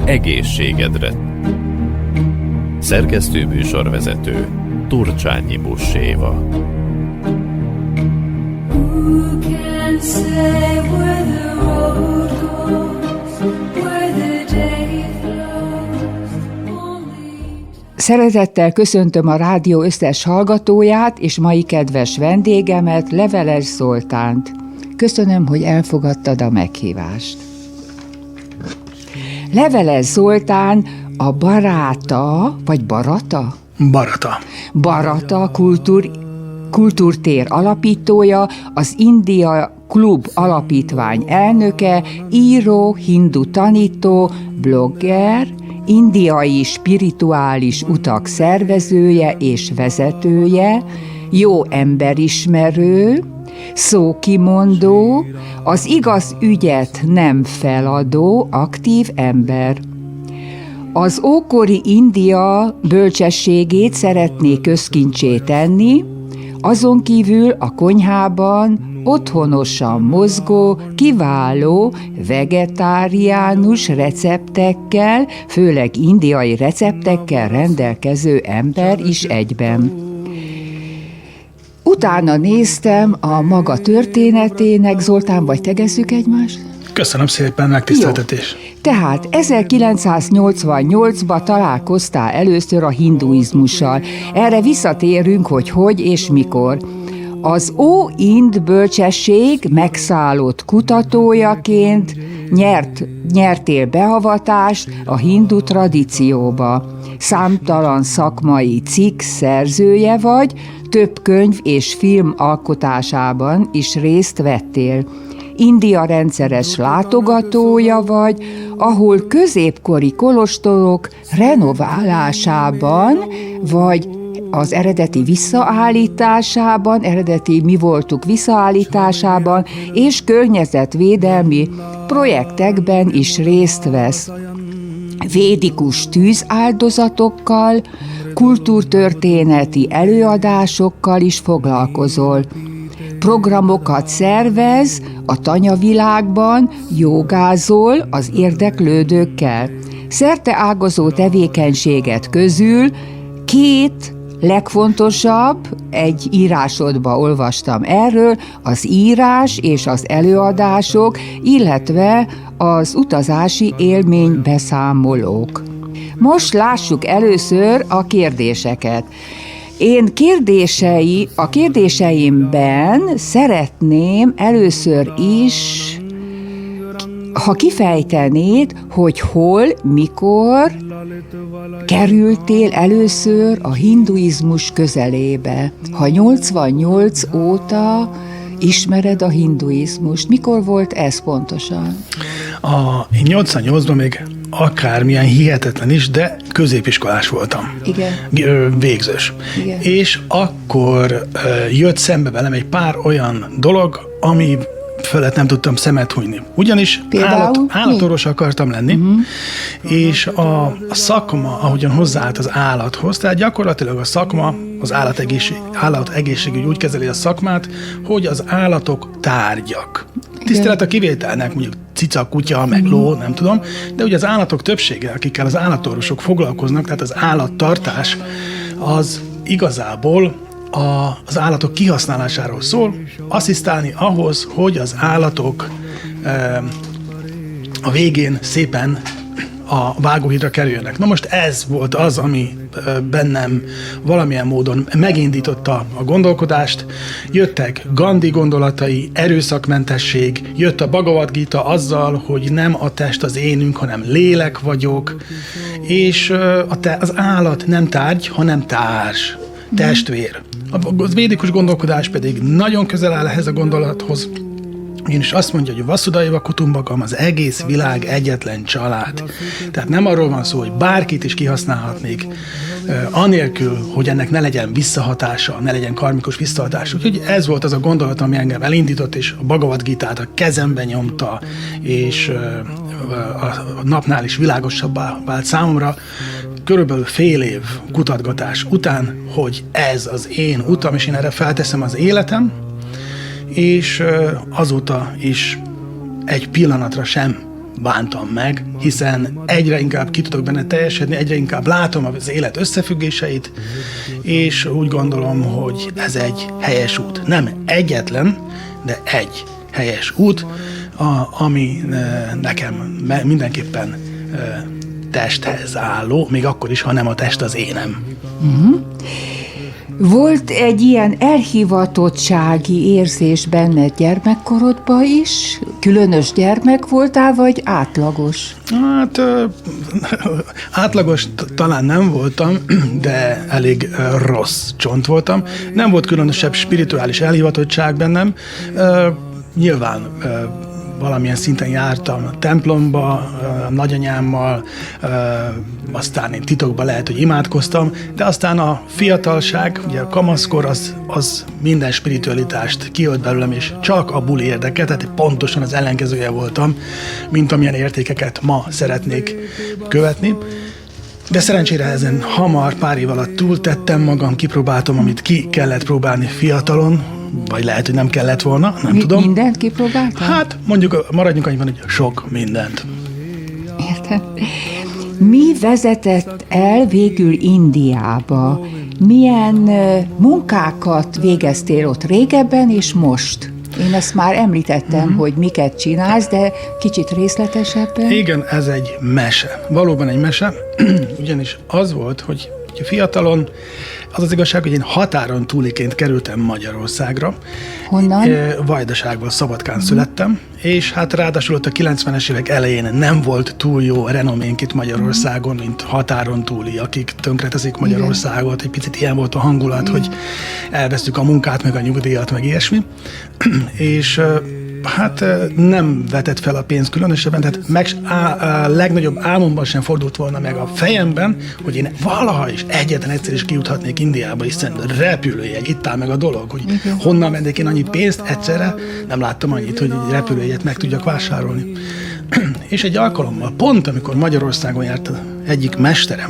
egészségedre. Szerkesztő műsorvezető Turcsányi Buss-Éva. Who can say where the road goes, where the day flows, only... Szeretettel köszöntöm a rádió összes hallgatóját és mai kedves vendégemet, Leveles Zoltánt. Köszönöm, hogy elfogadtad a meghívást. Leveles Zoltán a Baráta, vagy Barata? Barata kultúrtér alapítója, az India Klub alapítvány elnöke, író, hindu tanító, blogger, indiai spirituális utak szervezője és vezetője, jó emberismerő, szókimondó, az igaz ügyet nem feladó, aktív ember. Az ókori India bölcsességét szeretné közkincsé tenni, azon kívül a konyhában otthonosan mozgó, kiváló vegetáriánus receptekkel, főleg indiai receptekkel rendelkező ember is egyben. Utána néztem a maga történetének. Zoltán, vagy tegezzük egymást? Köszönöm szépen, megtiszteltetés. Tehát 1988-ban találkoztál először a hinduizmussal. Erre visszatérünk, hogy és mikor. Az Ó-Ind bölcsesség megszállott kutatójaként nyertél beavatást a hindu tradícióba. Számtalan szakmai cikk szerzője vagy, több könyv és film alkotásában is részt vettél. India rendszeres látogatója vagy, ahol középkori kolostorok renoválásában, vagy az eredeti visszaállításában, eredeti mi voltuk visszaállításában, és környezetvédelmi projektekben is részt vesz. Védikus tűzáldozatokkal, kultúrtörténeti előadásokkal is foglalkozol. Programokat szervez a tanyavilágban, jogázol az érdeklődőkkel. Szerteágazó tevékenységet közül két legfontosabb, egy írásodba olvastam erről, az írás és az előadások, illetve az utazási élménybeszámolók. Most lássuk először a kérdéseket. Én a kérdéseimben szeretném először is, ha kifejtenéd, hogy hol, mikor kerültél először a hinduizmus közelébe. Ha 88 óta ismered a hinduizmust, mikor volt ez pontosan? Én 88-ban még akármilyen hihetetlen is, de középiskolás voltam. Igen. Végzős. Igen. És akkor jött szembe velem egy pár olyan dolog, ami fölött nem tudtam szemet hunyni. Ugyanis állatorvos akartam lenni, és a szakma, ahogyan hozzáállt az állathoz, tehát gyakorlatilag a szakma, az állategészségügy úgy kezeli a szakmát, hogy az állatok tárgyak. Tisztelet a kivételnek, mondjuk cica, kutya, meg ló, nem tudom, de ugye az állatok többsége, akikkel az állatorvosok foglalkoznak, tehát az állattartás, az igazából az állatok kihasználásáról szól, asszisztálni ahhoz, hogy az állatok a végén szépen a vágóhídra kerüljenek. Na most ez volt az, ami bennem valamilyen módon megindította a gondolkodást. Jöttek Gandhi gondolatai, erőszakmentesség, jött a Bhagavad Gita azzal, hogy nem a test az énünk, hanem lélek vagyok, és az állat nem tárgy, hanem társ, testvér. A védikus gondolkodás pedig nagyon közel áll ehhez a gondolathoz, ugyanis azt mondja, hogy a Vasudhaiva Kutumbakam az egész világ egyetlen család. Tehát nem arról van szó, hogy bárkit is kihasználhatnék, anélkül, hogy ennek ne legyen visszahatása, ne legyen karmikus visszahatása. Úgyhogy ez volt az a gondolat, ami engem elindított, és a Bhagavad Gitát a kezembe nyomta, és a napnál is világosabbá vált számomra, körülbelül fél év kutatgatás után, hogy ez az én utam, és én erre felteszem az életem, és azóta is egy pillanatra sem bántam meg, hiszen egyre inkább ki tudok benne teljesedni, egyre inkább látom az élet összefüggéseit, és úgy gondolom, hogy ez egy helyes út. Nem egyetlen, de egy helyes út, ami nekem mindenképpen testhez álló, még akkor is, ha nem a test az énem. Volt egy ilyen elhivatottsági érzés benned gyermekkorodban is? Különös gyermek voltál, vagy átlagos? Hát átlagos talán nem voltam, de elég rossz csont voltam. Nem volt különösebb spirituális elhivatottság bennem. Nyilván valamilyen szinten jártam templomba, nagyanyámmal, aztán én titokban lehet, hogy imádkoztam, de aztán a fiatalság, ugye a kamaszkor az minden spiritualitást kiölt belőlem, és csak a buli érdekelt, tehát pontosan az ellenkezője voltam, mint amilyen értékeket ma szeretnék követni. De szerencsére ezen hamar, pár év alatt túltettem magam, kipróbáltam, amit ki kellett próbálni fiatalon, vagy lehet, hogy nem kellett volna, nem tudom. Mindent kipróbáltál? Hát mondjuk maradjunk annyiban, hogy sok mindent. Értem. Mi vezetett el végül Indiába? Milyen munkákat végeztél ott régebben és most? Én ezt már említettem, hogy miket csinálsz, de kicsit részletesebben. Igen, ez egy mese. Valóban egy mese, ugyanis az volt, hogy fiatalon, az az igazság, hogy én határon túliként kerültem Magyarországra. Honnan? Vajdaságból, Szabadkán születtem, és hát ráadásul ott a 90-es évek elején nem volt túl jó renoménk itt Magyarországon, mint határon túli, akik tönkreteszik Magyarországot. Egy picit ilyen volt a hangulat, hogy elvesztük a munkát, meg a nyugdíjat, meg ilyesmi. És hát nem vetett fel a pénz különösebben, tehát a legnagyobb álmomban sem fordult volna meg a fejemben, hogy én valaha is egyetlen egyszer is kijuthatnék Indiába, hiszen repülőjegy, itt áll meg a dolog, hogy honnan mennék én annyi pénzt egyszerre, nem láttam annyit, hogy egy repülőjegyet meg tudjak vásárolni. És egy alkalommal, pont amikor Magyarországon járt egyik mesterem,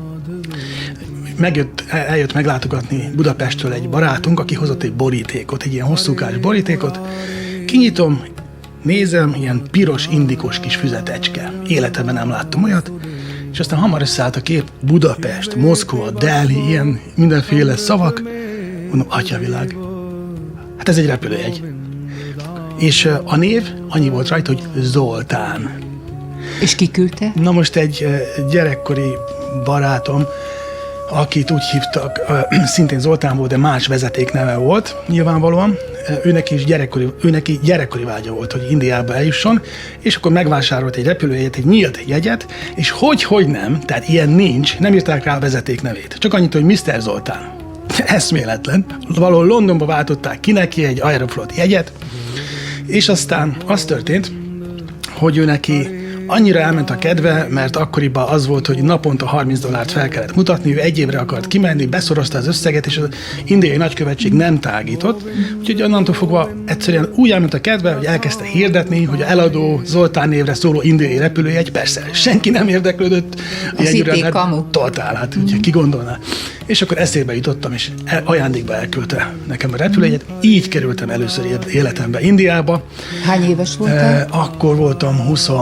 eljött meglátogatni Budapestről egy barátunk, aki hozott egy borítékot, egy ilyen hosszúkás borítékot. Kinyitom, nézem, ilyen piros, indikos kis füzetecske. Életemben nem láttam olyat, és aztán hamar összeállt a kép, Budapest, Moszkva, Delhi, ilyen mindenféle szavak. Mondom, atyavilág, hát ez egy repülőjegy. És a név annyi volt rajta, hogy Zoltán. És ki küldte? Na most egy gyerekkori barátom, akit úgy hívtak, szintén Zoltán volt, de más vezetékneve volt, nyilvánvalóan. Őneki gyerekkori vágya volt, hogy Indiába eljusson, és akkor megvásárolt egy repülőjegyet, egy nyílt jegyet, és hogy nem, tehát ilyen nincs, nem írták rá a vezeték nevét. Csak annyit, hogy Mr. Zoltán. Eszméletlen. Valahol Londonba váltották ki neki egy Aeroflot jegyet, és aztán az történt, hogy ő neki annyira elment a kedve, mert akkoriban az volt, hogy naponta $30 fel kellett mutatni, ő egy évre akart kimenni, beszorozta az összeget, és az indiai nagykövetség nem tágított, úgyhogy onnantól fogva egyszerűen úgy elment a kedve, hogy elkezdte hirdetni, hogy a eladó Zoltán névre szóló indiai repülőjegy, persze, senki nem érdeklődött. Totál, hát ugye ki gondolná. És akkor eszébe jutottam, és ajándékba elküldte nekem a repülőjegyet. Így kerültem először életembe Indiába. Hány éves voltál? Akkor voltam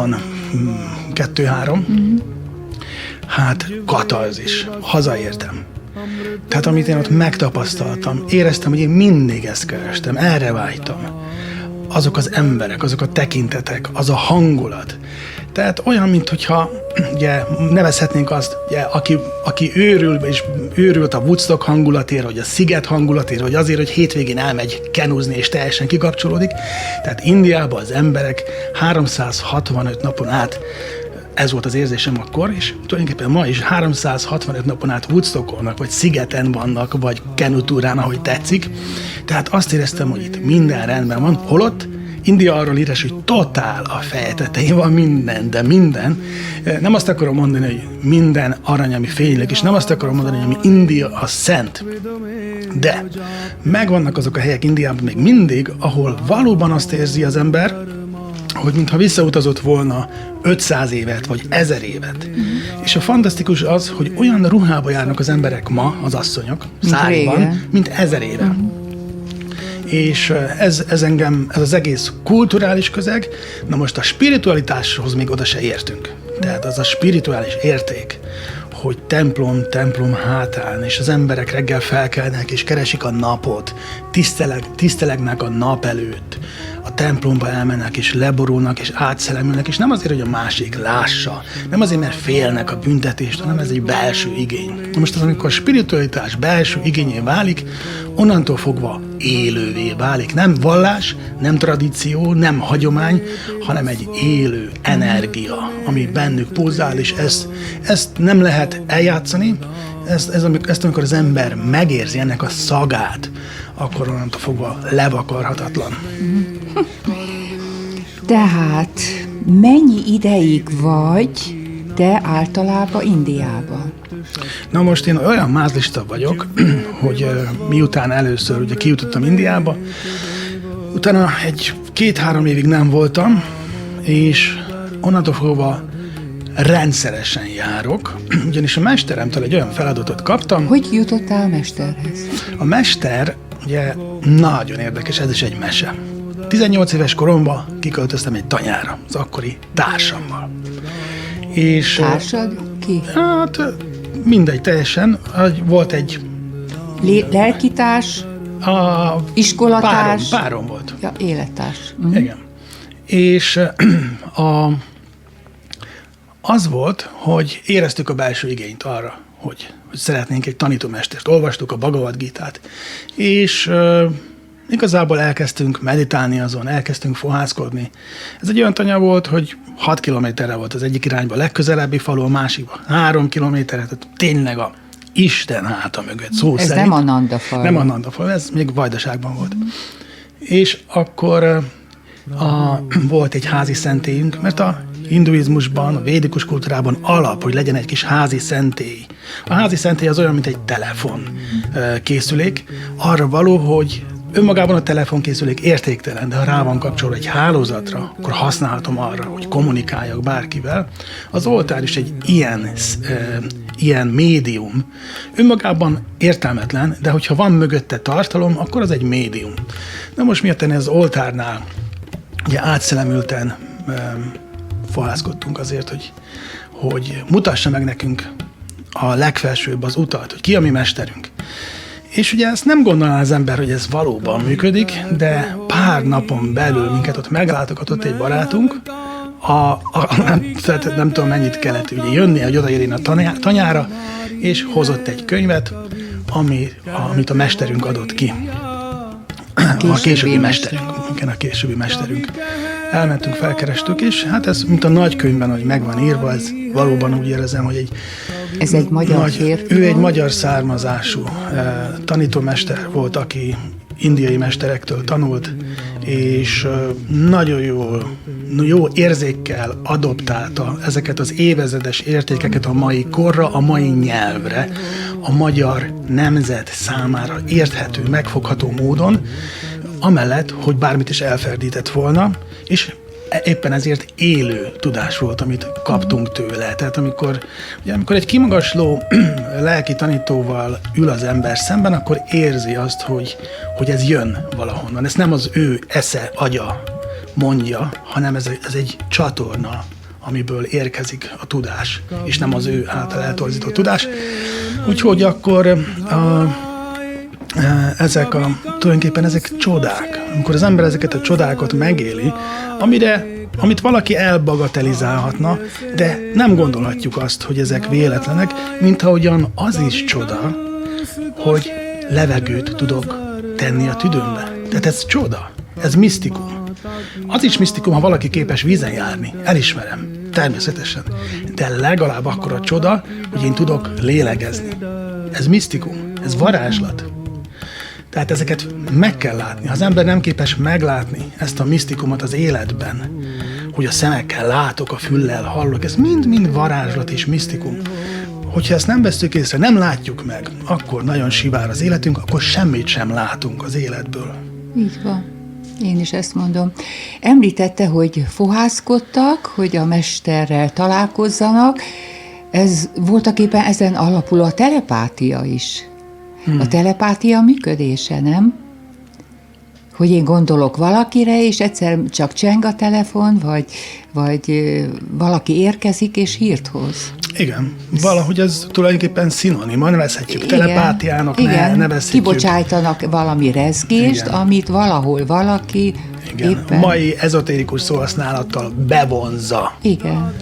22-3. Hát katarzis. Hazaértem. Tehát amit én ott megtapasztaltam, éreztem, hogy én mindig ezt kerestem, erre vágytam. Azok az emberek, azok a tekintetek, az a hangulat. Tehát olyan, mintha ugye, nevezhetnénk azt, ugye, aki őrül, és őrült a Woodstock hangulatéra, vagy a sziget hangulatéra, vagy azért, hogy hétvégén elmegy kenúzni, és teljesen kikapcsolódik. Tehát Indiában az emberek 365 napon át, ez volt az érzésem akkor, és tulajdonképpen ma is 365 napon át Woodstockolnak, vagy szigeten vannak, vagy kenutúrán, ahogy tetszik. Tehát azt éreztem, hogy itt minden rendben van, holott India arról híres, hogy totál a feje tetején van minden, de minden. Nem azt akarom mondani, hogy minden arany, ami fénylik, és nem azt akarom mondani, hogy ami India a szent. De megvannak azok a helyek Indiában még mindig, ahol valóban azt érzi az ember, hogy mintha visszautazott volna 500 évet, vagy 1000 évet. És a fantasztikus az, hogy olyan ruhába járnak az emberek ma, az asszonyok, száriban, mint 1000 éve. És ez az egész kulturális közeg, na most a spiritualitáshoz még oda se értünk. Tehát az a spirituális érték, hogy templom hátán, és az emberek reggel felkelnek, és keresik a napot, tisztelegnek a nap előtt, a templomba elmennek, és leborulnak, és átszelemülnek, és nem azért, hogy a másik lássa, nem azért, mert félnek a büntetést, hanem ez egy belső igény. Most az, amikor a spiritualitás belső igényé válik, onnantól fogva élővé válik. Nem vallás, nem tradíció, nem hagyomány, hanem egy élő energia, ami bennük pulzál, és ezt nem lehet eljátszani, ezt amikor az ember megérzi ennek a szagát, akkor onnantól fogva levakarhatatlan. Tehát mennyi ideig vagy te általában Indiában? Na most én olyan mázlista vagyok, hogy miután először ugye kijutottam Indiába, utána 2-3 évig nem voltam, és onnantól fogva rendszeresen járok, ugyanis a mesteremtől egy olyan feladatot kaptam. Hogy jutottál a mesterhez? A mester, ugye nagyon érdekes, ez is egy mese. 18 éves koromban kiköltöztem egy tanyára, az akkori társammal. És, Társad? Ki? Hát mindegy, teljesen. Volt egy... Lelkitárs? Iskolatárs? Párom volt. Ja, élettárs. Igen. És az volt, hogy éreztük a belső igényt arra, hogy szeretnénk egy tanítómestert. Olvastuk a Bhagavad Gítát, és igazából elkezdtünk meditálni azon, elkezdtünk fohászkodni. Ez egy olyan tanya volt, hogy 6 kilométerre volt az egyik irányba, a legközelebbi falu, a másikba 3 kilométerre, tehát tényleg a Isten háta mögött, szó ez szerint. Nem a Nanda falu. Nem a Nanda falu, ez még Vajdaságban volt. És akkor volt egy házi szentélyünk, mert a hinduizmusban, a védikus kultúrában alap, hogy legyen egy kis házi szentély. A házi szentély az olyan, mint egy telefon készülék, arra való, hogy önmagában a telefonkészülék értéktelen, de ha rá van kapcsolva egy hálózatra, akkor használhatom arra, hogy kommunikáljak bárkivel. Az oltár is egy ilyen médium. Önmagában értelmetlen, de hogyha van mögötte tartalom, akkor az egy médium. Na most miután az oltárnál ugye átszelemülten fohászkodtunk azért, hogy mutassa meg nekünk a legfelsőbb az utat, hogy ki a mi mesterünk. És ugye ezt nem gondolná az ember, hogy ez valóban működik, de pár napon belül minket ott meglátogatott egy barátunk, nem tudom mennyit kellett ugye jönni, hogy odaérjen a tanyára, és hozott egy könyvet, amit a mesterünk adott ki. A későbbi mesterünk. Igen, a későbbi mesterünk. Elmentünk, felkerestük, és hát ez, mint a nagy könyvben, hogy meg van írva, ez valóban úgy érzem, hogy ez egy magyar férfi. Ő egy magyar származású tanítómester volt, aki indiai mesterektől tanult, és nagyon jó érzékkel adoptálta ezeket az évezredes értékeket a mai korra, a mai nyelvre, a magyar nemzet számára érthető, megfogható módon, amellett, hogy bármit is elferdített volna, és éppen ezért élő tudás volt, amit kaptunk tőle. Tehát amikor egy kimagasló lelki tanítóval ül az ember szemben, akkor érzi azt, hogy ez jön valahonnan. Ez nem az ő esze, agya mondja, hanem ez egy csatorna, amiből érkezik a tudás, és nem az ő által eltorzított tudás. Úgyhogy akkor tulajdonképpen ezek csodák. Amikor az ember ezeket a csodákat megéli, amit valaki elbagatelizálhatna, de nem gondolhatjuk azt, hogy ezek véletlenek, mint ahogyan az is csoda, hogy levegőt tudok tenni a tüdőmbe. Tehát ez csoda, ez misztikum. Az is misztikum, ha valaki képes vízen járni, elismerem, természetesen. De legalább akkora csoda, hogy én tudok lélegezni. Ez misztikum, ez varázslat. Tehát ezeket meg kell látni. Ha az ember nem képes meglátni ezt a misztikumot az életben, hogy a szemekkel látok, a füllel hallok, ez mind-mind varázslat és misztikum. Hogyha ezt nem vesszük észre, nem látjuk meg, akkor nagyon sivár az életünk, akkor semmit sem látunk az életből. Így van. Én is ezt mondom. Említette, hogy fohászkodtak, hogy a mesterrel találkozzanak. Ez voltaképpen ezen alapul a telepátia is. A telepátia működése, nem? hogy én gondolok valakire, és egyszer csak cseng a telefon, vagy valaki érkezik, és hírt hoz. Igen, valahogy ez tulajdonképpen szinonima, nevezhetjük telepátiának, nevezhetjük. Kibocsájtanak valami rezgést, Igen. amit valahol valaki Igen, éppen... mai ezotérikus szóhasználattal bevonza. Igen.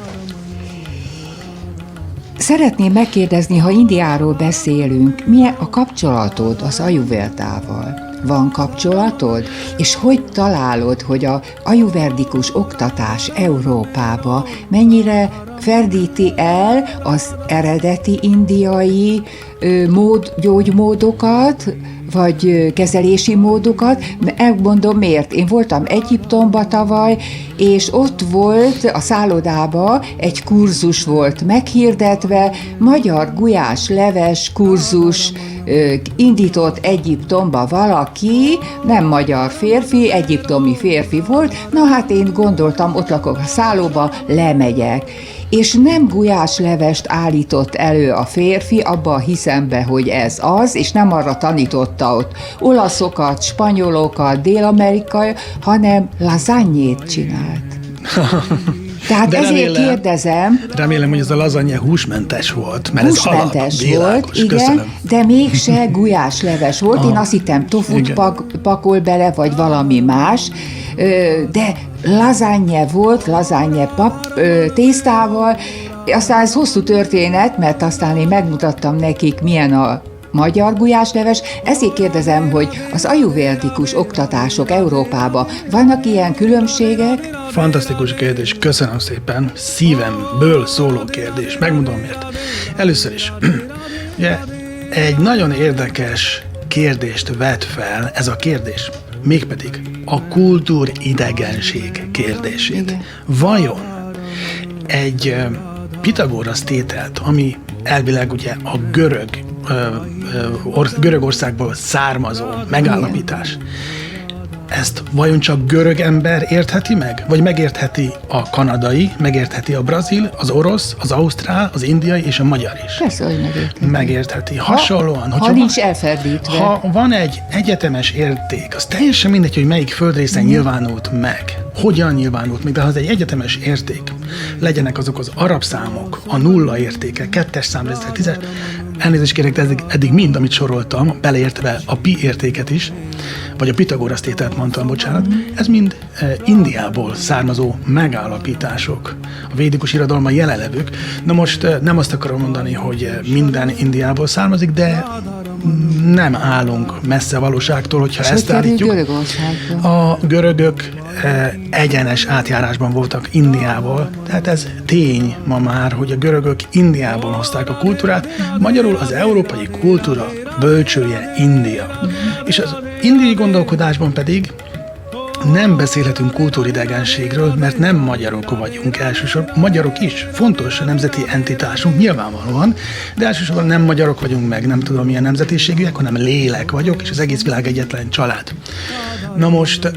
Szeretném megkérdezni, ha Indiáról beszélünk, milyen a kapcsolatod az Ayurvédával? Van kapcsolatod? És hogy találod, hogy a ayurvédikus oktatás Európába mennyire ferdíti el az eredeti indiai gyógymódokat, vagy kezelési módokat? Elmondom miért. Én voltam Egyiptomba tavaly, és ott volt a szállodában egy kurzus volt meghirdetve, magyar gulyás leves kurzus indított Egyiptomba valaki, nem magyar férfi, egyiptomi férfi volt, na hát én gondoltam, ott lakok a szállóba, lemegyek. És nem gulyáslevest állított elő a férfi, abba hiszem be, hogy ez az, és nem arra tanította ott olaszokat, spanyolokat, dél-amerikai, hanem lasagnét csinált. Tehát ezért kérdezem... Remélem, hogy ez a lazanye húsmentes volt, mert húsmentes ez alap, világos. volt, igen, Köszönöm. de mégse gulyásleves volt. Én azt hittem tofut pakol bele, vagy valami más, de lasagne volt, lasagne tésztával, aztán ez hosszú történet, mert aztán én megmutattam nekik, milyen a magyar gulyásleves. Ezért kérdezem, hogy az ayurvédikus oktatások Európában vannak ilyen különbségek? Fantasztikus kérdés, köszönöm szépen, szívemből szóló kérdés, megmondom miért. Először is, ugye egy nagyon érdekes kérdést vet fel ez a kérdés, mégpedig a kultúridegenség kérdését. Igen. Vajon egy Pitagorasz tételt, ami elvileg ugye a Görögországból származó megállapítás, ezt vajon csak görög ember értheti meg? Vagy megértheti a kanadai, megértheti a brazil, az orosz, az ausztrál, az indiai és a magyar is? Persze, hogy megértheti. Megértheti. Hasonlóan, ha nincs elferdítve. Ha van egy egyetemes érték, az teljesen mindegy, hogy melyik földrészen nyilvánult meg, hogyan nyilvánult meg, de ha az egy egyetemes érték, legyenek azok az arab számok, a nulla értéke, 2-es számrendszer, 10-es, elnézést kérek, de eddig mind, amit soroltam, beleértve a pi értéket is, vagy a Pitagorasz tételt mondtam, bocsánat, ez mind Indiából származó megállapítások, a védikus irodalomban jelenlevők. Na most nem azt akarom mondani, hogy minden Indiából származik, de nem állunk messze a valóságtól, hogyha ezt állítjuk. A görögök egyenes átjárásban voltak Indiával, tehát ez tény ma már, hogy a görögök Indiából hozták a kultúrát, magyarul az európai kultúra bölcsője India. És az indiai gondolkodásban pedig nem beszélhetünk kultúridegenségről, mert nem magyarok vagyunk elsősorban. Magyarok is, fontos a nemzeti entitásunk, nyilvánvalóan, de elsősorban nem magyarok vagyunk meg, nem tudom milyen nemzetiségűek, hanem lélek vagyok, és az egész világ egyetlen család. Na most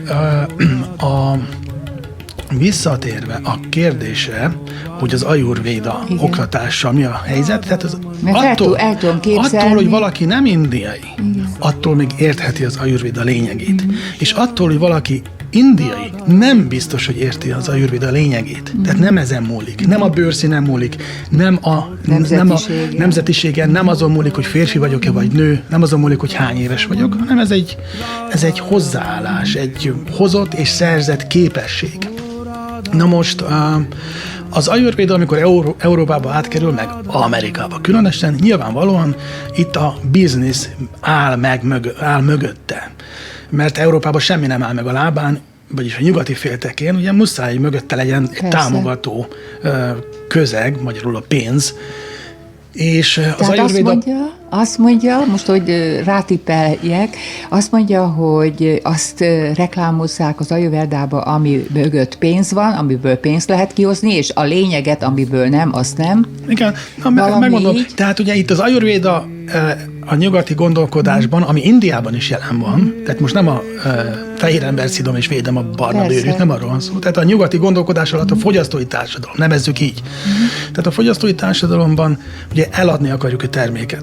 visszatérve a kérdése, hogy az Ayurvéda oktatással mi a helyzet, tehát az attól, hogy valaki nem indiai, attól még értheti az Ayurvéda lényegét. És attól, hogy valaki indiai, nem biztos, hogy érti az Ayurvéda lényegét. Tehát nem ezen múlik, nem a bőrszínen múlik, nem a nemzetiségen, nem azon múlik, hogy férfi vagyok-e vagy nő, nem azon múlik, hogy hány éves vagyok, hanem ez egy hozzáállás, egy hozott és szerzett képesség. Na most az Ayurvéda, amikor Európába átkerül, meg Amerikába különösen, nyilvánvalóan itt a biznisz áll mögötte. Mert Európában semmi nem áll meg a lábán, vagyis a nyugati féltekén, ugye muszáj mögötte legyen egy támogató közeg, magyarul a pénz. És az Ayurvéda... Azt mondja, most, hogy rátipeljek, azt mondja, hogy azt reklámozzák az Ayurvédába, ami mögött pénz van, amiből pénzt lehet kihozni, és a lényeget, amiből nem, azt nem. Igen, megmondom, tehát ugye itt az Ayurvéda a nyugati gondolkodásban, ami Indiában is jelen van, tehát most nem a fehér ember szidom és védem a barna bőrűt, nem arról van szó. Tehát a nyugati gondolkodás alatt a fogyasztói társadalom, nevezzük így. Tehát a fogyasztói társadalomban ugye eladni akarjuk a terméket.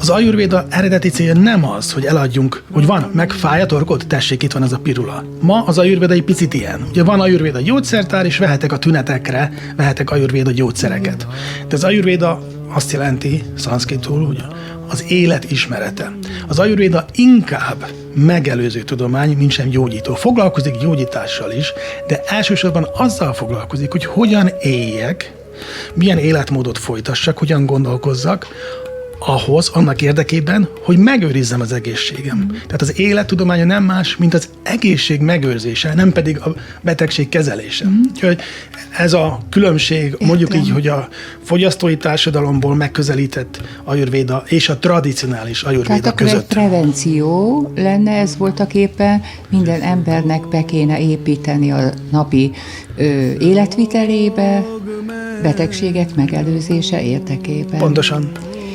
Az ajurvéda eredeti célja nem az, hogy eladjunk, hogy van, megfáj a torkod, tessék, itt van ez a pirula. Ma az ajurvéda egy picit ilyen. Ugye van ajurvéda gyógyszertár, és vehetek a tünetekre, vehetek ajurvéda gyógyszereket. De az ajurvéda azt jelenti, szanszkritul, hogy az élet ismerete. Az ajurvéda inkább megelőző tudomány, mint sem gyógyító. Foglalkozik gyógyítással is, de elsősorban azzal foglalkozik, hogy hogyan éljek, milyen életmódot folytassak, hogyan gondolkozzak, annak érdekében, hogy megőrizzem az egészségem. Tehát az élettudománya nem más, mint az egészség megőrzése, nem pedig a betegség kezelése. Úgyhogy ez a különbség, mondjuk így, hogy a fogyasztói társadalomból megközelített ajurvéda és a tradicionális ajurvéda Tehát akkor között. egy prevenció lenne, ez voltaképpen minden embernek be kéne építeni a napi életvitelébe, betegségek megelőzése érdekében. Pontosan.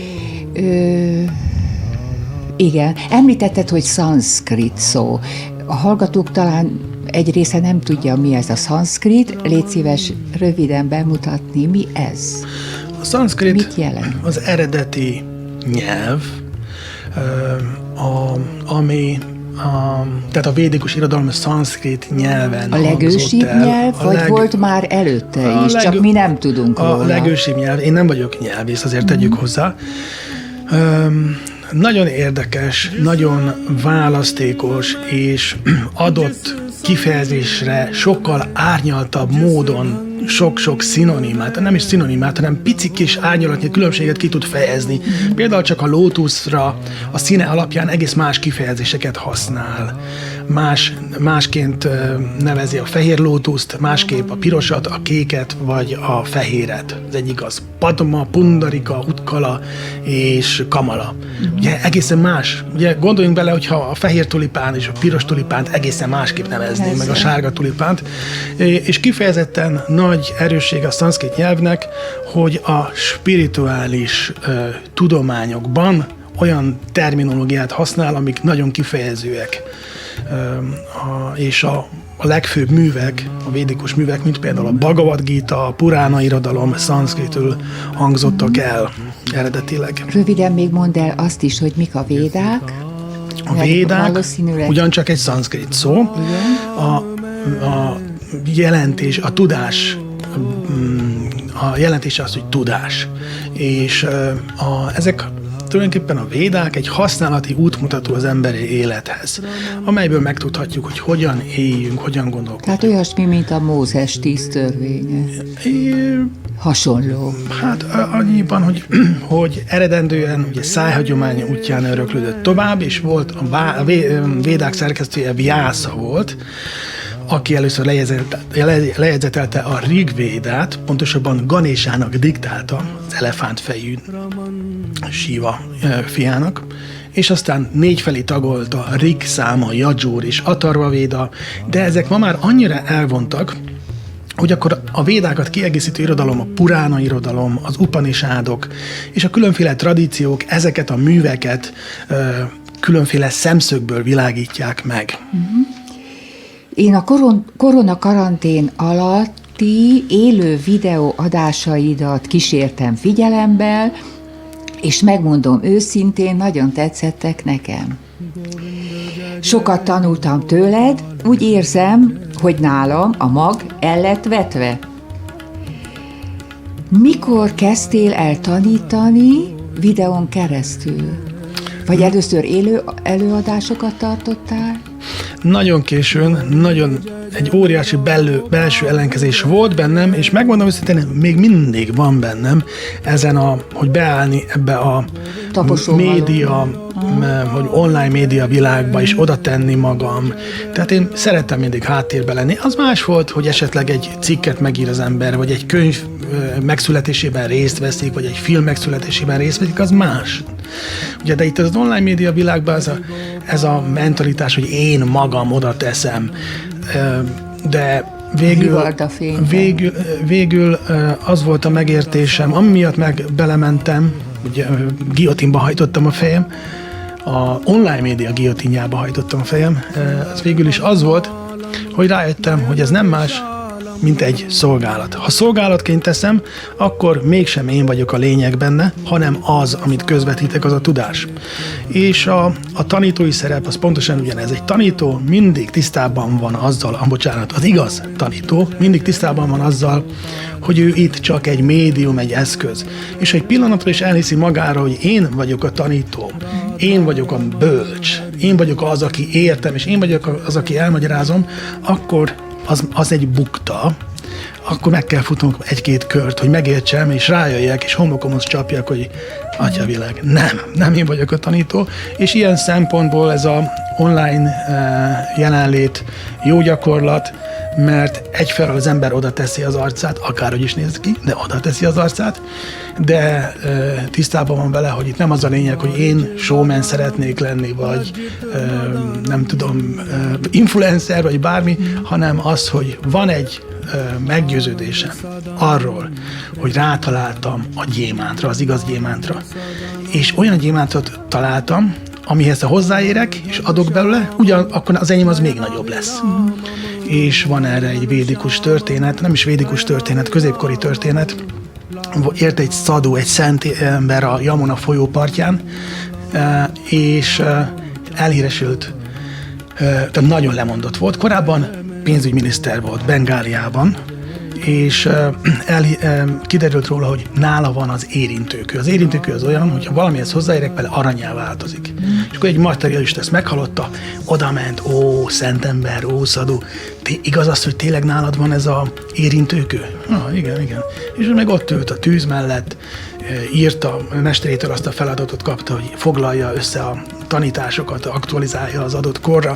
Igen. Említetted, hogy szanszkrit szó. A hallgatók talán egy része nem tudja, mi ez a szanszkrit. Légy szíves röviden bemutatni, mi ez? A szanszkrit Mit jelent? az eredeti nyelv, ami tehát a védikus irodalom szanszkrit nyelven A legősibb hangzott el. nyelv, vagy volt már előtte is, csak mi nem tudunk róla? A legősibb nyelv, én nem vagyok nyelvész, azért tegyük hozzá. Nagyon érdekes, nagyon választékos és adott kifejezésre sokkal árnyaltabb módon sok-sok szinonimát, nem is szinonimát, hanem pici kis árnyalatnyi különbséget ki tud fejezni. Például csak a lótuszra a színe alapján egész más kifejezéseket használ. Másként nevezi a fehér lótuszt, másképp a pirosat, a kéket vagy a fehéret. Az egyik az Padma, Pundarika, Utkala és Kamala. Ugye egészen más. Ugye gondoljunk bele, hogyha a fehér tulipán és a piros tulipánt egészen másképp neveznénk, meg a sárga tulipánt. És kifejezetten nagy erőssége a szanszkrit nyelvnek, hogy a spirituális tudományokban olyan terminológiát használ, amik nagyon kifejezőek. És a legfőbb művek, a védikus művek, mint például a Bhagavad Gita, a Purána irodalom szanszkritül hangzottak el eredetileg. Röviden még mondd el azt is, hogy mik a védák. A védák valószínűleg ugyancsak egy szanszkrit szó. A jelentés, a tudás, a jelentés az, hogy tudás. És ezek tulajdonképpen a védák egy használati útmutató az emberi élethez, amelyből megtudhatjuk, hogy hogyan éljünk, hogyan gondolkodunk. Tehát olyasmi, mint a Mózes 10 törvénye. Hasonló. Hát annyiban, hogy eredendően ugye szájhagyomány útján öröklődött tovább, és volt a védák szerkesztője Vyasa volt, aki először lejegyzetelte a Rigvédát, pontosabban Ganésának diktálta, az elefántfejű Siva fiának, és aztán 4 felé tagolta a Rig száma, Yajur és Atharva Véda, de ezek ma már annyira elvontak, hogy akkor a védákat kiegészítő irodalom, a Purána irodalom, az Upanishadok és a különféle tradíciók ezeket a műveket különféle szemszögből világítják meg. Én a koronakarantén alatti élő videó adásaidat kísértem figyelemmel, és megmondom őszintén, nagyon tetszettek nekem. Sokat tanultam tőled, úgy érzem, hogy nálam a mag el lett vetve. Mikor kezdtél el tanítani videón keresztül? Vagy először élő előadásokat tartottál? Nagyon későn, nagyon egy óriási belső ellenkezés volt bennem, és megmondom őszintén, még mindig van bennem hogy beállni ebbe a média, vagy online média világba, és oda tenni magam. Tehát én szerettem mindig háttérbe lenni. Az más volt, hogy esetleg egy cikket megír az ember, vagy egy könyv megszületésében részt veszik, vagy egy film megszületésében részt veszik, az más. Ugye, de itt az online média világban ez a mentalitás, hogy én magam oda teszem, de végül az volt a megértésem, ami miatt meg belementem, ugye guillotinba hajtottam a fejem, a online média guillotinjába hajtottam a fejem, az végül is az volt, hogy rájöttem, hogy ez nem más, mint egy szolgálat. Ha szolgálatként teszem, akkor mégsem én vagyok a lényeg benne, hanem az, amit közvetítek, az a tudás. És a tanítói szerep az pontosan ugyanez. Egy tanító mindig tisztában van azzal, az igaz tanító mindig tisztában van azzal, hogy ő itt csak egy médium, egy eszköz. És egy pillanatra is elhiszi magára, hogy én vagyok a tanító, én vagyok a bölcs, én vagyok az, aki értem, és én vagyok az, aki elmagyarázom, akkor az egy bukta, akkor meg kell futnunk egy-két kört, hogy megértsem, és rájöjjek, és homokomhoz csapjak, hogy atyavilág, nem én vagyok a tanító, és ilyen szempontból ez a online jelenlét jó gyakorlat, mert egyfelől az ember oda teszi az arcát, akárhogy is néz ki, de oda teszi az arcát, de tisztában van vele, hogy itt nem az a lényeg, hogy én showman szeretnék lenni, vagy nem tudom, influencer, vagy bármi, hanem az, hogy van egy meggyőződésem arról, hogy rátaláltam a gyémántra, az igaz gyémántra. És olyan gyémántot találtam, amihez ha hozzáérek, és adok belőle, akkor az enyém az még nagyobb lesz. És van erre egy védikus történet, nem is védikus történet, középkori történet. Ért egy szadó, egy szent ember a Yamuna folyó partján, és elhíresült, tehát nagyon lemondott volt. Korábban pénzügyminiszter volt Bengáliában, és kiderült róla, hogy nála van az érintőkő. Az érintőkő az olyan, hogyha valamihez hozzáérek, vele aranyá változik. És akkor egy materialista ezt meghallotta, odament, szent ember, szadó, igaz az, hogy tényleg nálad van ez az érintőkő? Igen. És meg ott ült a tűz mellett, írta, mesterétől azt a feladatot kapta, hogy foglalja össze a tanításokat, aktualizálja az adott korra,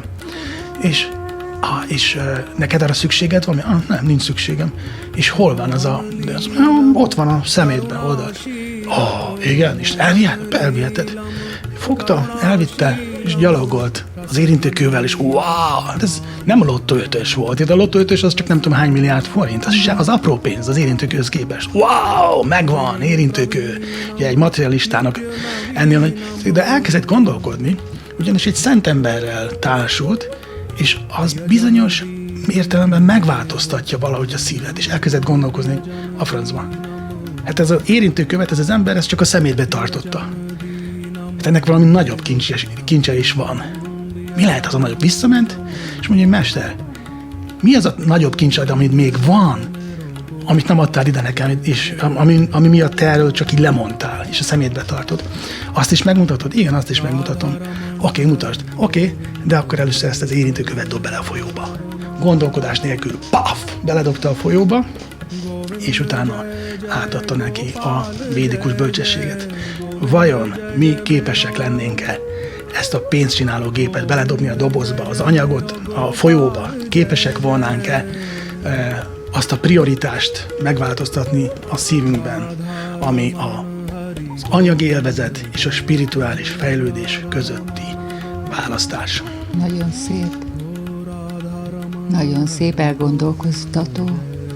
és neked arra szükséged van? Nem, nincs szükségem. És hol van ott van a szemétben, oldalt. Igen, és elviheted. Fogta, elvitte, és gyalogolt az érintőkővel, és ez nem a Lotto 5-ös volt. Itt a Lotto 5-ös az csak nem tudom hány milliárd forint. Az apró pénz az érintőkőhöz képest. Megvan, érintőkő. Ugye egy materialistának ennél nagy. De elkezdett gondolkodni, ugyanis egy szent emberrel társult, és az bizonyos értelemben megváltoztatja valahogy a szívet, és elkezdett gondolkozni a francban. Hát ez az érintőkövet, ez az ember, ez csak a szemétbe tartotta. Hát ennek valami nagyobb kincse is van. Mi lehet az a nagyobb? Visszament, és mondja, hogy mester, mi az a nagyobb kincsed, amit még van, amit nem adtál ide nekem, és ami miatt te erről csak így lemondtál, és a szemétbe tartod. Azt is megmutatod? Igen, azt is megmutatom. Oké, mutasd. Oké, de akkor először ezt az érintőkövet dob bele a folyóba. Gondolkodás nélkül, beledobta a folyóba, és utána átadta neki a védikus bölcsességet. Vajon mi képesek lennénk-e ezt a pénzcsináló gépet beledobni a dobozba, az anyagot a folyóba? Képesek volnánk-e azt a prioritást megváltoztatni a szívünkben, ami az anyagi élvezet és a spirituális fejlődés közötti választás. Nagyon szép. Nagyon szép, elgondolkoztató.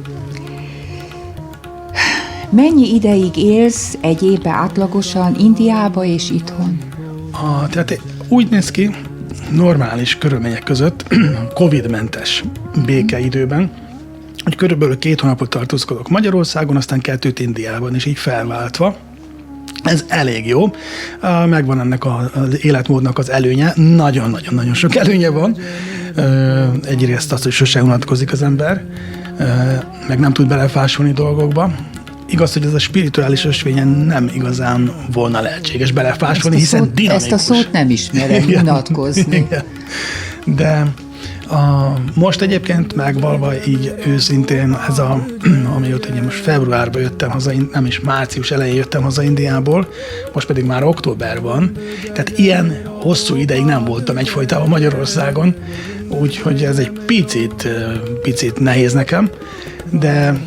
Mennyi ideig élsz egy évben átlagosan Indiába és itthon? Tehát úgy néz ki, normális körülmények között, Covid-mentes békeidőben, hogy körülbelül 2 hónapot tartózkodok Magyarországon, aztán 2 Indiában, és így felváltva. Ez elég jó. Megvan ennek az életmódnak az előnye. Nagyon-nagyon sok előnye van. Egyrészt az, hogy sosem unatkozik az ember, meg nem tud belefásulni dolgokba. Igaz, hogy ez a spirituális ösvényen nem igazán volna lehetséges belefásulni, hiszen dinamikus. Ezt a szót nem ismerem, unatkozni. Igen. De most egyébként megvalva így őszintén amióta ugye most februárban jöttem haza, nem is március elején jöttem haza Indiából, most pedig már október van, tehát ilyen hosszú ideig nem voltam egyfolytában Magyarországon, úgyhogy ez egy picit nehéz nekem, de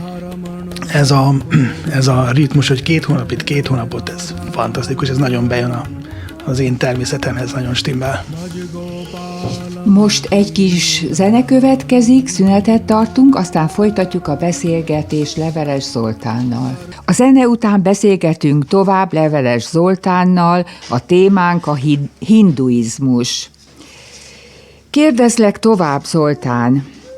ez a ritmus, hogy 2 hónap itt, 2 hónapot, ez fantasztikus, ez nagyon bejön az én természetemhez, nagyon stimmel. Most egy kis zene következik, szünetet tartunk, aztán folytatjuk a beszélgetést Leveles Zoltánnal. A zene után beszélgetünk tovább Leveles Zoltánnal, a témánk a hinduizmus. Kérdezlek tovább, Zoltán,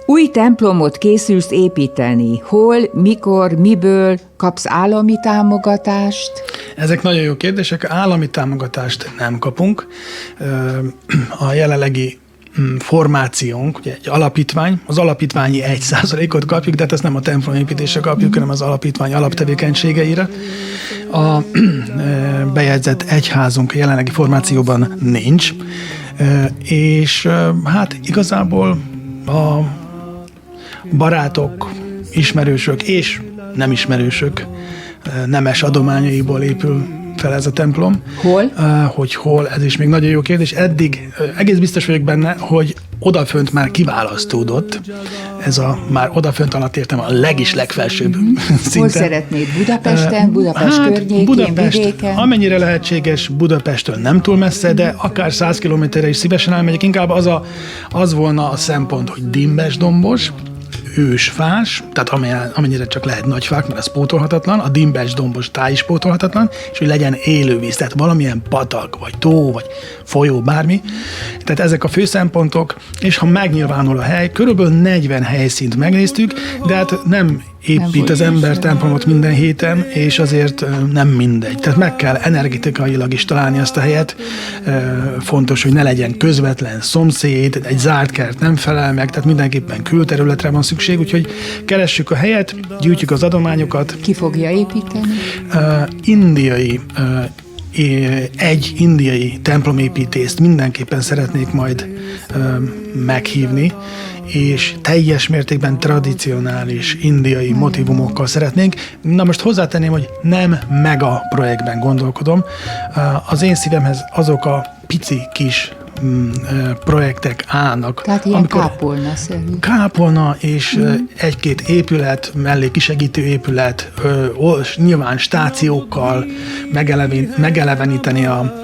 Új templomot készülsz építeni. Hol, mikor, miből kapsz állami támogatást? Ezek nagyon jó kérdések. Állami támogatást nem kapunk. A jelenlegi formációnk, ugye egy alapítvány, az alapítványi 1%-ot kapjuk, de hát ezt nem a templomépítésre kapjuk, hanem az alapítvány alaptevékenységeire. A bejegyzett egyházunk jelenlegi formációban nincs, és hát igazából a barátok, ismerősök és nem ismerősök nemes adományaiból épül fel ez a templom. Hol? Hogy hol, ez is még nagyon jó kérdés. Eddig egész biztos vagyok benne, hogy odafönt már kiválasztódott. Ez a már odafönt alatt értem a legfelsőbb szinten. Hol szeretnéd? Budapesten, Budapest környékén, Budapest, vidéken? amennyire lehetséges, Budapesttől nem túl messze, de akár 100 kilométerre is szívesen elmegyek. Inkább az volna a szempont, hogy dimbes-dombos, ősfás, tehát amennyire csak lehet nagyfák, mert ez pótolhatatlan, a dimbes-dombos táj is pótolhatatlan, és hogy legyen élővíz, tehát valamilyen patak, vagy tó, vagy folyó, bármi. Tehát ezek a fő szempontok, és ha megnyilvánul a hely, körülbelül 40 helyszínt megnéztük, de hát nem épít az ember templomot minden héten, és azért nem mindegy. Tehát meg kell energetikailag is találni azt a helyet. Fontos, hogy ne legyen közvetlen szomszéd, egy zárt kert nem felel meg, tehát mindenképpen külterületre van szükség, úgyhogy keressük a helyet, gyűjtjük az adományokat. Ki fogja építeni? Egy indiai templomépítést mindenképpen szeretnék majd meghívni, és teljes mértékben tradicionális indiai motivumokkal szeretnénk. Na most hozzátenném, hogy nem mega projektben gondolkodom. Az én szívemhez azok a pici kis projektek állnak. Tehát ilyen kápolna-szerű. Kápolna és egy-két épület, mellé kisegítő épület, nyilván stációkkal megeleveníteni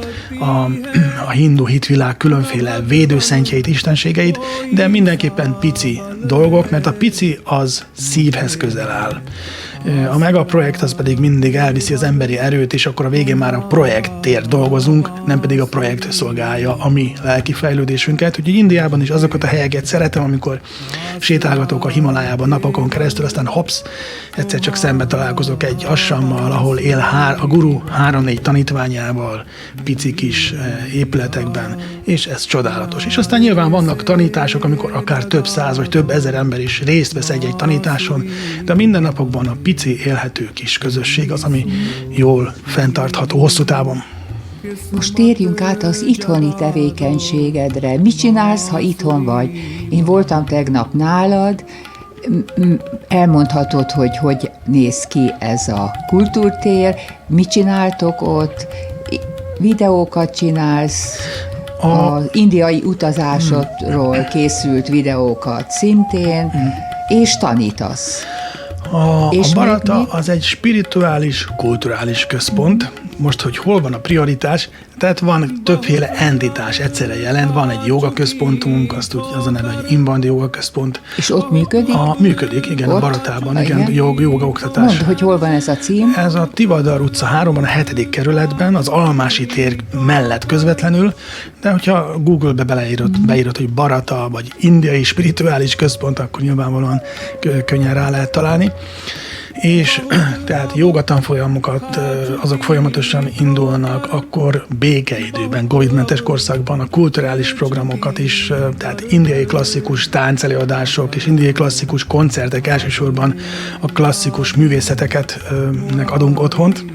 a hindu hitvilág különféle védőszentjeit, istenségeit, de mindenképpen pici dolgok, mert a pici az szívhez közel áll. A megaprojekt az pedig mindig elviszi az emberi erőt, és akkor a végén már a projektért dolgozunk, nem pedig a projekt szolgálja a mi lelki fejlődésünket. Úgyhogy Indiában is azokat a helyeket szeretem, amikor sétálgatok a Himalájában napokon keresztül, aztán hops, egyszer csak szembe találkozok egy assammal, ahol él a guru 3-4 tanítványával, pici kis épületekben, és ez csodálatos. És aztán nyilván vannak tanítások, amikor akár több száz vagy több ezer ember is részt vesz egy-egy tanításon, de a mindennapokban a pici élhető kis közösség az, ami jól fenntartható hosszú távon. Most térjünk át az itthoni tevékenységedre. Mit csinálsz, ha itthon vagy? Én voltam tegnap nálad, elmondhatod, hogy néz ki ez a kultúrtér, mit csináltok ott, videókat csinálsz, az indiai utazásodról készült videókat szintén, és tanítasz. A Barata az egy spirituális, kulturális központ. Most, hogy hol van a prioritás, tehát van többféle entitás egyszerre jelent, van egy jogaközpontunk, az a neve, hogy Invandi Jogaközpont. És ott működik? Működik, igen, ott? A Baratában, igen, jogaoktatás. Mondd, hogy hol van ez a cím? Ez a Tivadar utca 3-ban, a 7. kerületben, az Almási tér mellett közvetlenül, de hogyha Google-be beírod, hogy Barata, vagy Indiai Spirituális Központ, akkor nyilvánvalóan könnyen rá lehet találni. És tehát jogatanfolyamokat, azok folyamatosan indulnak, akkor békeidőben, Covid-mentes korszakban a kulturális programokat is, tehát indiai klasszikus táncelőadások és indiai klasszikus koncertek, elsősorban a klasszikus művészeteknek adunk otthont,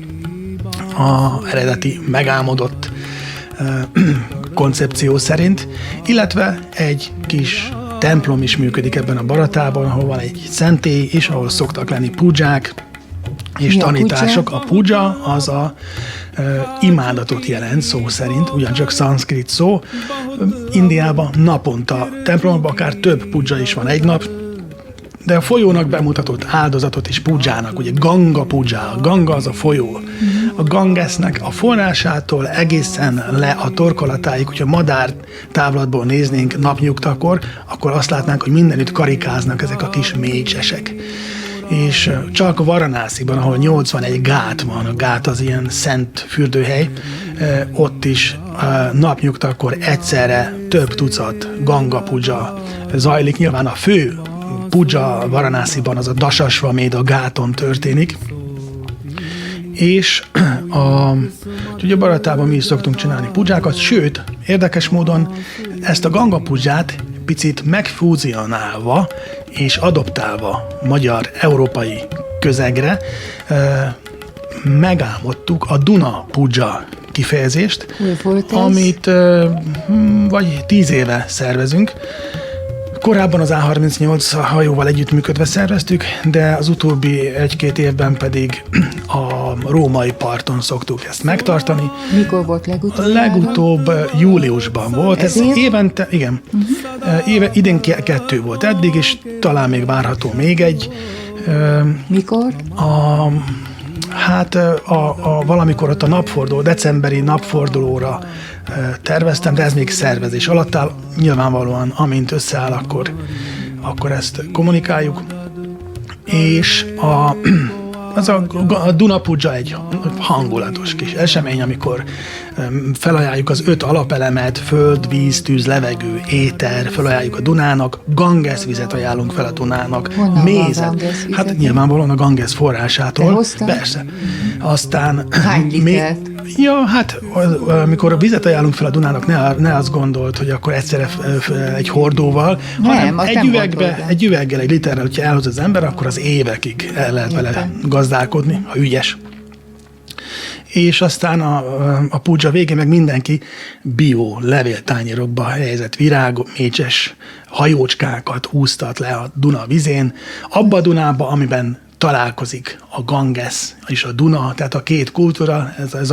a eredeti megálmodott koncepció szerint, illetve egy kis templom is működik ebben a Baratában, ahol van egy szentély, és ahol szoktak lenni pudzsák és tanítások. A pudzsa az a imádatot jelent szó szerint, ugyancsak szanszkrit szó. Indiában naponta templomban akár több pudzsa is van egy nap, de a folyónak bemutatott áldozatot is pudzsának, ugye Ganga pudzsá, a Ganga az a folyó. A Gangesnek a forrásától egészen le a torkolatáig, hogyha madár távlatból néznénk napnyugtakor, akkor azt látnánk, hogy mindenütt karikáznak ezek a kis mécsesek. És csak Varanásziban, ahol 81 gát van, a gát az ilyen szent fürdőhely, ott is napnyugtakor egyszerre több tucat Ganga pudzsa zajlik. Nyilván a fő pudzsa Varanásziban, az a Dasasvaméda gáton történik, és ugye Baratában mi is szoktunk csinálni pudzsákat, sőt, érdekes módon ezt a Ganga pudzsát picit megfúzionálva és adoptálva magyar-európai közegre megálmodtuk a Duna pudzsa kifejezést, amit vagy 10 éve szervezünk. Korábban az A38 hajóval együttműködve szerveztük, de az utóbbi 1-2 évben pedig a római parton szoktuk ezt megtartani. Mikor volt legutóbb? Legutóbb júliusban volt. Ez évente, igen. Idén 2 volt eddig, és talán még várható még egy. Mikor? Valamikor ott a napforduló, decemberi napfordulóra terveztem, de ez még szervezés alatt áll. Nyilvánvalóan, amint összeáll, akkor ezt kommunikáljuk. És a Duna pudzsa egy hangulatos kis esemény, amikor felajánljuk az 5 alapelemet, föld, víz, tűz, levegő, éter, felajánljuk a Dunának, Ganges vizet ajánlunk fel a Dunának, honnan mézet. Hát nyilvánvalóan a Ganges forrásától. Persze. Aztán hány litert? Amikor vizet ajánlunk fel a Dunának, ne azt gondolt, hogy akkor egyszerre egy hordóval, hanem egy üveggel, egy literrel, hogyha elhoz az ember, akkor az évekig el lehet vele gazdálkodni, ha ügyes. És aztán a pudzsa végén meg mindenki bio levéltányérokba helyezett mécses hajócskákat úsztat le a Duna vizén, abba a Dunába, amiben találkozik a Ganges és a Duna, tehát a két kultúra,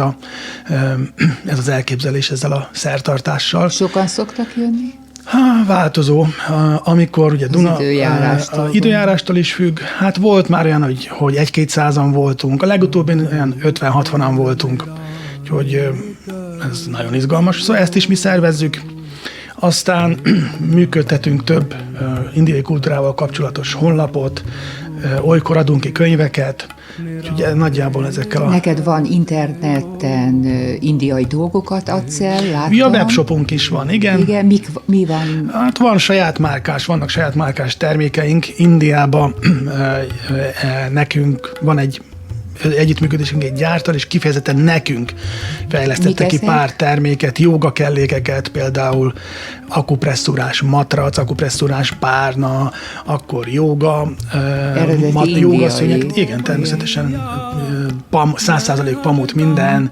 ez az elképzelés ezzel a szertartással. Sokan szoktak jönni? Változó. Amikor ugye Duna időjárástól is függ. Hát volt már olyan, hogy 1-200-an voltunk. A legutóbb olyan 50-60-an voltunk. Úgyhogy ez nagyon izgalmas. Szóval ezt is mi szervezzük. Aztán működtetünk több indiai kultúrával kapcsolatos honlapot, olykor adunk ki könyveket, úgyhogy nagyjából ezekkel Neked van interneten indiai dolgokat adsz el, láttam. Ja, webshopunk is van, igen. Igen, mi van? Hát vannak saját márkás termékeink. Indiában nekünk van egy együttműködésünk egy gyártal, és kifejezetten nekünk fejlesztette ki pár terméket, jóga kellékeket, például akupresszúrás matrac, akupresszúrás párna, akkor jóga szőnyeg. Igen, természetesen 100% pamut minden,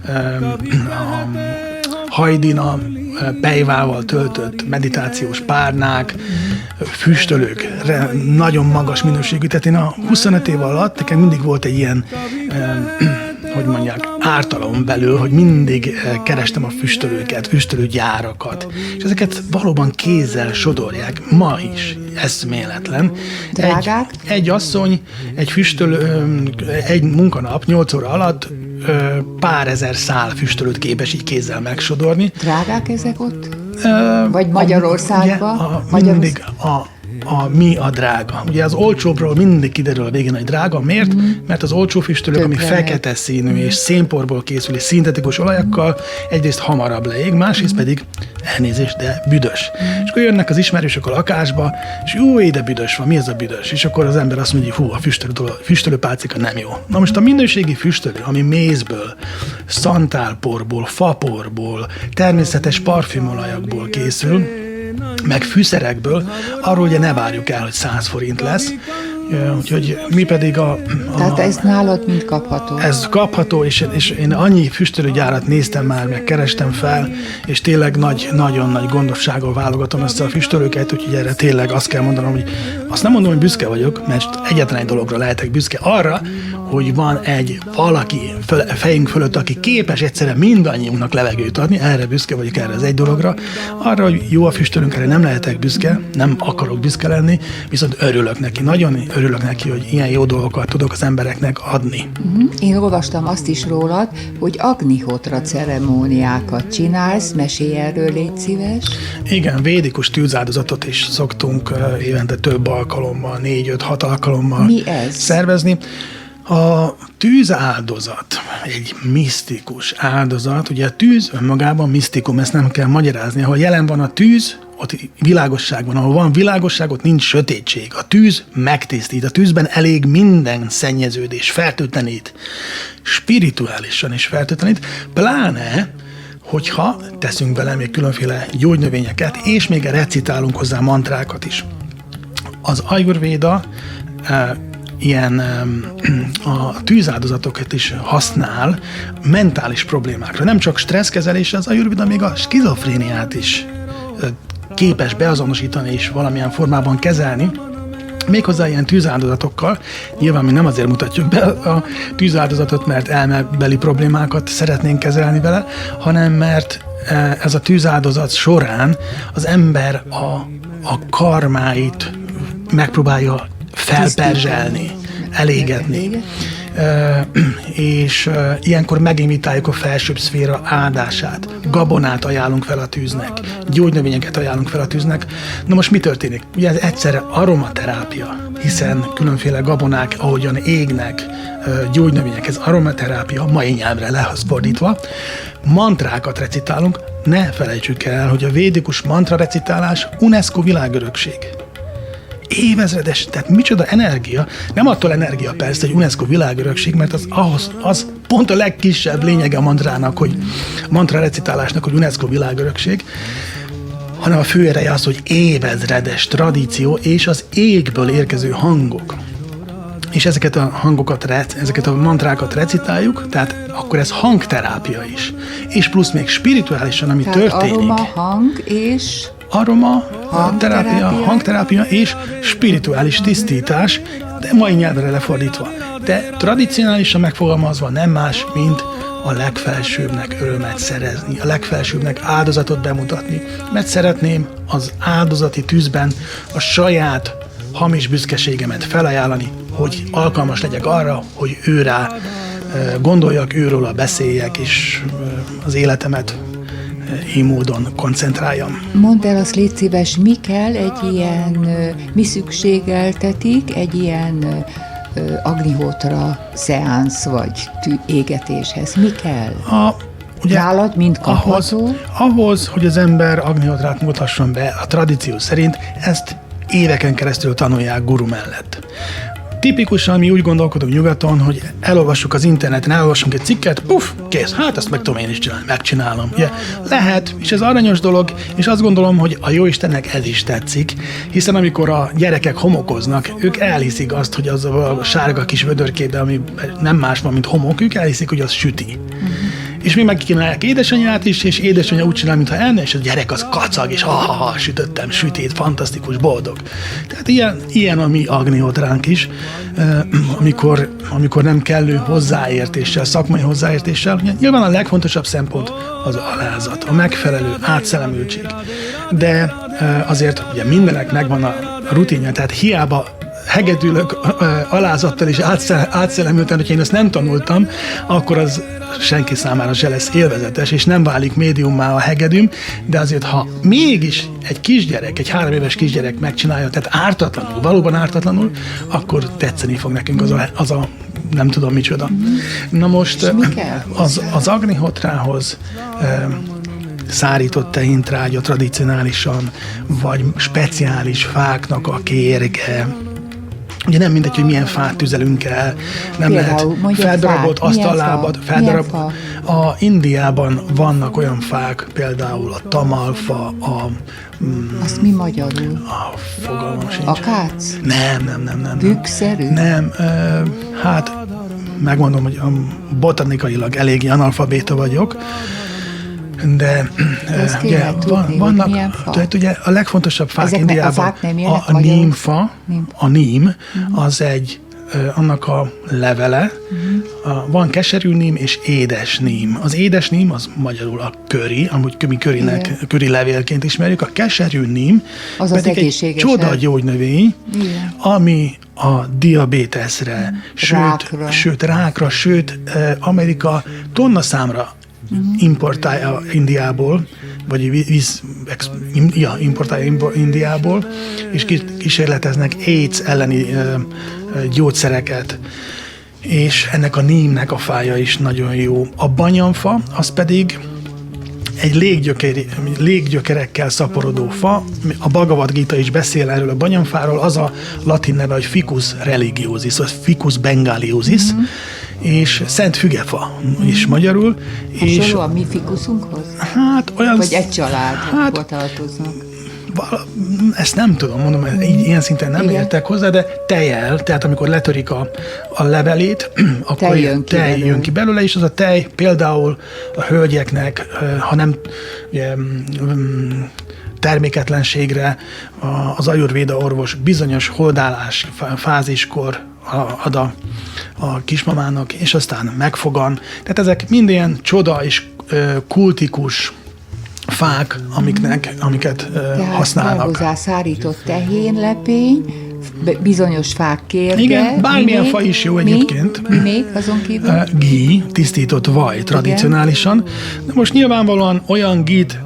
hajdina, pejvával töltött meditációs párnák, füstölők, nagyon magas minőségű. Tehát én a 25 év alatt nekem mindig volt egy ilyen, ártalom belül, hogy mindig kerestem a füstölőket, füstölőgyárakat, és ezeket valóban kézzel sodorják, ma is, eszméletlen. Drágák? Egy asszony, egy füstölő, egy munkanap, 8 óra alatt pár ezer szál füstölőt képes így kézzel megsodorni. Drágák ezek ott? Vagy Magyarországban? Mindig mi a drága. Ugye az olcsóbbról mindig kiderül a végén, hogy drága. Miért? Mert az olcsó füstölők, ami fekete színű és szénporból készül és szintetikus olajakkal, egyrészt hamarabb leég, másrészt pedig elnézést, de büdös. És akkor jönnek az ismerősök a lakásba, és jó, de büdös van, mi ez a büdös? És akkor az ember azt mondja, hogy a füstölőpálcika nem jó. Na most a minőségi füstölő, ami mézből, szantálporból, faporból, természetes parfümolajakból készül, meg fűszerekből, arról ugye ne várjuk el, hogy 100 forint lesz. Úgyhogy mi pedig Tehát ez nálad mind kapható? Ez kapható, és én annyi füstölőgyárat néztem már, meg kerestem fel, és tényleg nagyon nagy gondossággal válogatom össze a füstölőket, úgyhogy erre tényleg azt kell mondanom, hogy azt nem mondom, hogy büszke vagyok, mert egyetlen egy dologra lehetek büszke, arra, hogy van egy valaki fejünk fölött, aki képes egyszerűen mindannyiunknak levegőt adni, erre büszke vagyok, erre az egy dologra. Arra, hogy jó a füstölőnk, erre nem lehetek büszke, nem akarok büszke lenni, viszont örülök neki, nagyon örülök neki, hogy ilyen jó dolgokat tudok az embereknek adni. Én olvastam azt is rólad, hogy Agnihotra ceremóniákat csinálsz, mesélj erről, légy szíves. Igen, védikus tűzáldozatot is szoktunk évente több alkalommal, 4-5-6 alkalommal szervezni. A tűzáldozat egy misztikus áldozat, ugye a tűz önmagában misztikum, ezt nem kell magyarázni. Ahol jelen van a tűz, ott világosság van. Ahol van világosság, ott nincs sötétség. A tűz megtisztít. A tűzben elég minden szennyeződés, fertőtlenít. Spirituálisan is fertőtlenít. Pláne, hogyha teszünk bele még különféle gyógynövényeket, és még recitálunk hozzá mantrákat is. Az Ayurvéda ilyen a tűzáldozatokat is használ mentális problémákra. Nem csak stresszkezelésre, az Ayurvéda még a skizofréniát is képes beazonosítani és valamilyen formában kezelni, méghozzá ilyen tűzáldozatokkal. Nyilván mi nem azért mutatjuk be a tűzáldozatot, mert elmebeli problémákat szeretnénk kezelni vele, hanem mert ez a tűzáldozat során az ember a karmáit megpróbálja felperzselni, elégetni. És ilyenkor megimitáljuk a felsőbb szféra áldását. Gabonát ajánlunk fel a tűznek, gyógynövényeket ajánlunk fel a tűznek. Na most mi történik? Ugye ez egyszerre aromaterápia, hiszen különféle gabonák, ahogyan égnek, gyógynövények, ez aromaterápia, mai nyelvre lefordítva. Mantrákat recitálunk, ne felejtsük el, hogy a védikus mantra recitálás UNESCO világörökség. Évezredes, tehát micsoda energia, nem attól energia persze, hogy UNESCO világörökség, mert az pont a legkisebb lényege a mantrának, hogy mantra recitálásnak, hogy UNESCO világörökség, hanem a fő ereje az, hogy évezredes tradíció és az égből érkező hangok. És ezeket a hangokat, ezeket a mantrákat recitáljuk, tehát akkor ez hangterápia is. És plusz még spirituálisan, ami Tehát történik. aroma, hang és... hangterápia és spirituális tisztítás, de mai nyelvre lefordítva. De tradicionálisan megfogalmazva nem más, mint a legfelsőbbnek örömet szerezni, a legfelsőbbnek áldozatot bemutatni, mert szeretném az áldozati tűzben a saját hamis büszkeségemet felajánlani, hogy alkalmas legyek arra, hogy őrá gondoljak, őről beszéljek, és az életemet így módon koncentráljam. Mondd el azt, légy szíves, mi kell egy ilyen, mi szükségeltetik egy ilyen Agnihotra szeánsz vagy égetéshez? Mi kell? Ugye, nálad, mint kapható? Ahhoz, hogy az ember Agnihotrát mutasson be a tradíció szerint, ezt éveken keresztül tanulják guru mellett. Tipikusan mi úgy gondolkodunk nyugaton, hogy elolvassuk az interneten, elolvassunk egy cikket, kész, hát ezt meg tudom én is csinálni, megcsinálom. Ugye, lehet, és ez aranyos dolog, és azt gondolom, hogy a Jóistennek ez is tetszik, hiszen amikor a gyerekek homokoznak, ők elhiszik azt, hogy az a sárga kis vödörkében, ami nem más van, mint homok, ők elhiszik, hogy az süti. És mi megkínálják édesanyját is, és édesanyja úgy csinál, mintha enne, és a gyerek az kacag, és sütöttem sütét, fantasztikus, boldog. Tehát ilyen a mi Agnihotránk is, amikor nem kellő hozzáértéssel, szakmai hozzáértéssel. Nyilván a legfontosabb szempont az alázat, a megfelelő átszellemültség. De azért ugye mindenek megvan a rutinja, tehát hiába hegedülök alázattal és átszellemülten, hogyha én ezt nem tanultam, akkor az senki számára se lesz élvezetes, és nem válik médiummá a hegedűm, de azért, ha mégis egy kisgyerek, egy 3 éves kisgyerek megcsinálja, tehát ártatlanul, valóban ártatlanul, akkor tetszeni fog nekünk az a nem tudom micsoda. Na most az Agnihotrához szárított tehintrágya tradicionálisan, vagy speciális fáknak a kérge. Ugye nem mindegy, hogy milyen fát tüzelünk el, nem például, lehet feldarabolt asztallábat, a Indiában vannak olyan fák, például a tamalfa, azt mi magyarul? Fogalmam sincs. Akác? Nem. Bükkszerű? Nem, hát megmondom, hogy botanikailag eléggé analfabéta vagyok, de ugye, vannak, tehát ugye a legfontosabb fák ezeknek Indiában a nímfa, a ním, az egy annak a levele, van keserű ním és édes ním. Az édes ním az magyarul a köri, amúgy mi köri levélként ismerjük, a keserű ním az pedig egy csoda gyógynövény, ami a diabéteszre, sőt rákra, sőt Amerika tonnaszámra importálja Indiából, vagy importálja Indiából, és kísérleteznek AIDS elleni gyógyszereket, és ennek a nímnek a fája is nagyon jó. A banyanfa, az pedig egy léggyökerekkel szaporodó fa, a Bhagavad Gita is beszél erről a banyamfáról, az a latin neve, hogy Ficus religiosis, vagy Ficus bengaliosis, és szent fügefa is magyarul. Hasonló a mi fikuszunkhoz? Hát olyan... Vagy egy családba tartoznak? Ezt nem tudom, mondom, ilyen szinten nem értek hozzá, de tejjel, tehát amikor letörik a levelét, akkor tej jön ki belőle, és az a tej például a hölgyeknek, ha nem ugye, terméketlenségre az ajurvéda orvos bizonyos holdálás fáziskor ad a kismamának, és aztán megfogan. Tehát ezek mind ilyen csoda és kultikus fák, amiket használnak. Tehát szárított tehénlepény, bizonyos fák kérge. Igen, bármilyen fa is jó egyébként. Mi még azon kívül? Gí, tisztított vaj tradicionálisan. De most nyilvánvalóan olyan gít,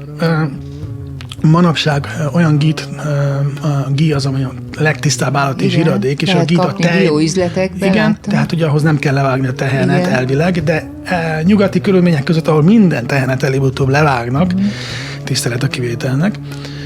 manapság olyan gít, a gí az, ami a legtisztább állati és iradék, és a gít a tej. Igen, láttam. tehát ugye ahhoz nem kell levágni a tehenet Igen. elvileg, de nyugati körülmények között, ahol minden tehenet előbb-utóbb levágnak, tisztelet a kivételnek,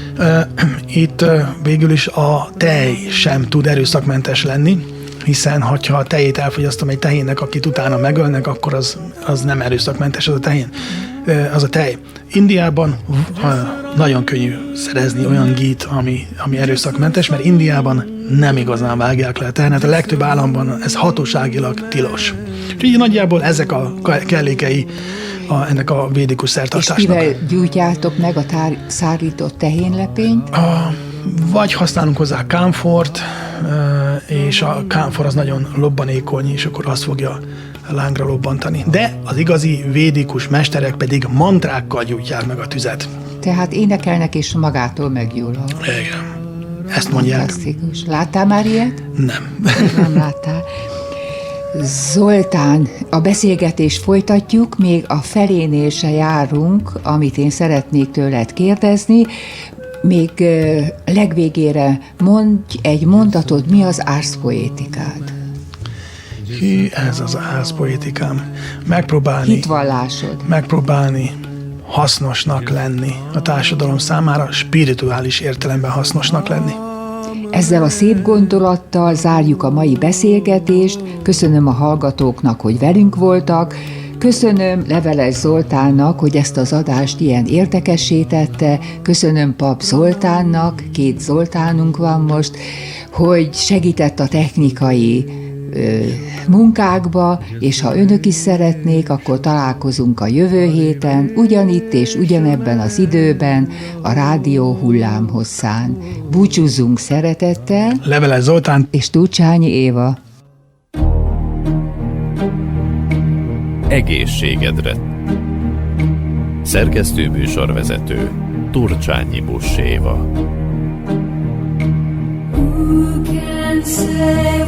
itt végül is a tej sem tud erőszakmentes lenni, hiszen ha a tejét elfogyasztom egy tehénnek, akit utána megölnek, akkor az nem erőszakmentes, az a tej. Indiában nagyon könnyű szerezni olyan gít, ami erőszakmentes, mert Indiában nem igazán vágják le a tehenet. A legtöbb államban ez hatóságilag tilos. Úgyhogy nagyjából ezek a kellékei ennek a védikus szertartásnak. És mivel gyújtjátok meg a szárított tehénlepényt? Vagy használunk hozzá kámfort, és a kámfor az nagyon lobbanékony, és akkor azt fogja lángra lobbantani. De az igazi védikus mesterek pedig mantrákkal gyújtják meg a tüzet. Tehát énekelnek, és magától meggyúl. Igen. Ezt mondják. Fantasztikus. Láttál már ilyet? Nem. Nem láttál. Zoltán, a beszélgetést folytatjuk, még a felénél se járunk, amit én szeretnék tőled kérdezni. Még legvégére mondj egy mondatot, mi az árszpoétikád? Ez az árszpoétikám. Hitvallásod. Megpróbálni hasznosnak lenni a társadalom számára, spirituális értelemben hasznosnak lenni. Ezzel a szép gondolattal zárjuk a mai beszélgetést. Köszönöm a hallgatóknak, hogy velünk voltak. Köszönöm Leveles Zoltánnak, hogy ezt az adást ilyen érdekessé tette. Köszönöm Pap Zoltánnak, 2 Zoltánunk van most, hogy segített a technikai munkákba, és ha önök is szeretnék, akkor találkozunk a jövő héten, ugyanitt és ugyanebben az időben, a rádió hullámhosszán. Búcsúzzunk szeretettel. Leveles Zoltán És Túcsányi Éva. Egészségedre. Szerkesztő műsorvezető Turcsányi Buss Éva. Who can say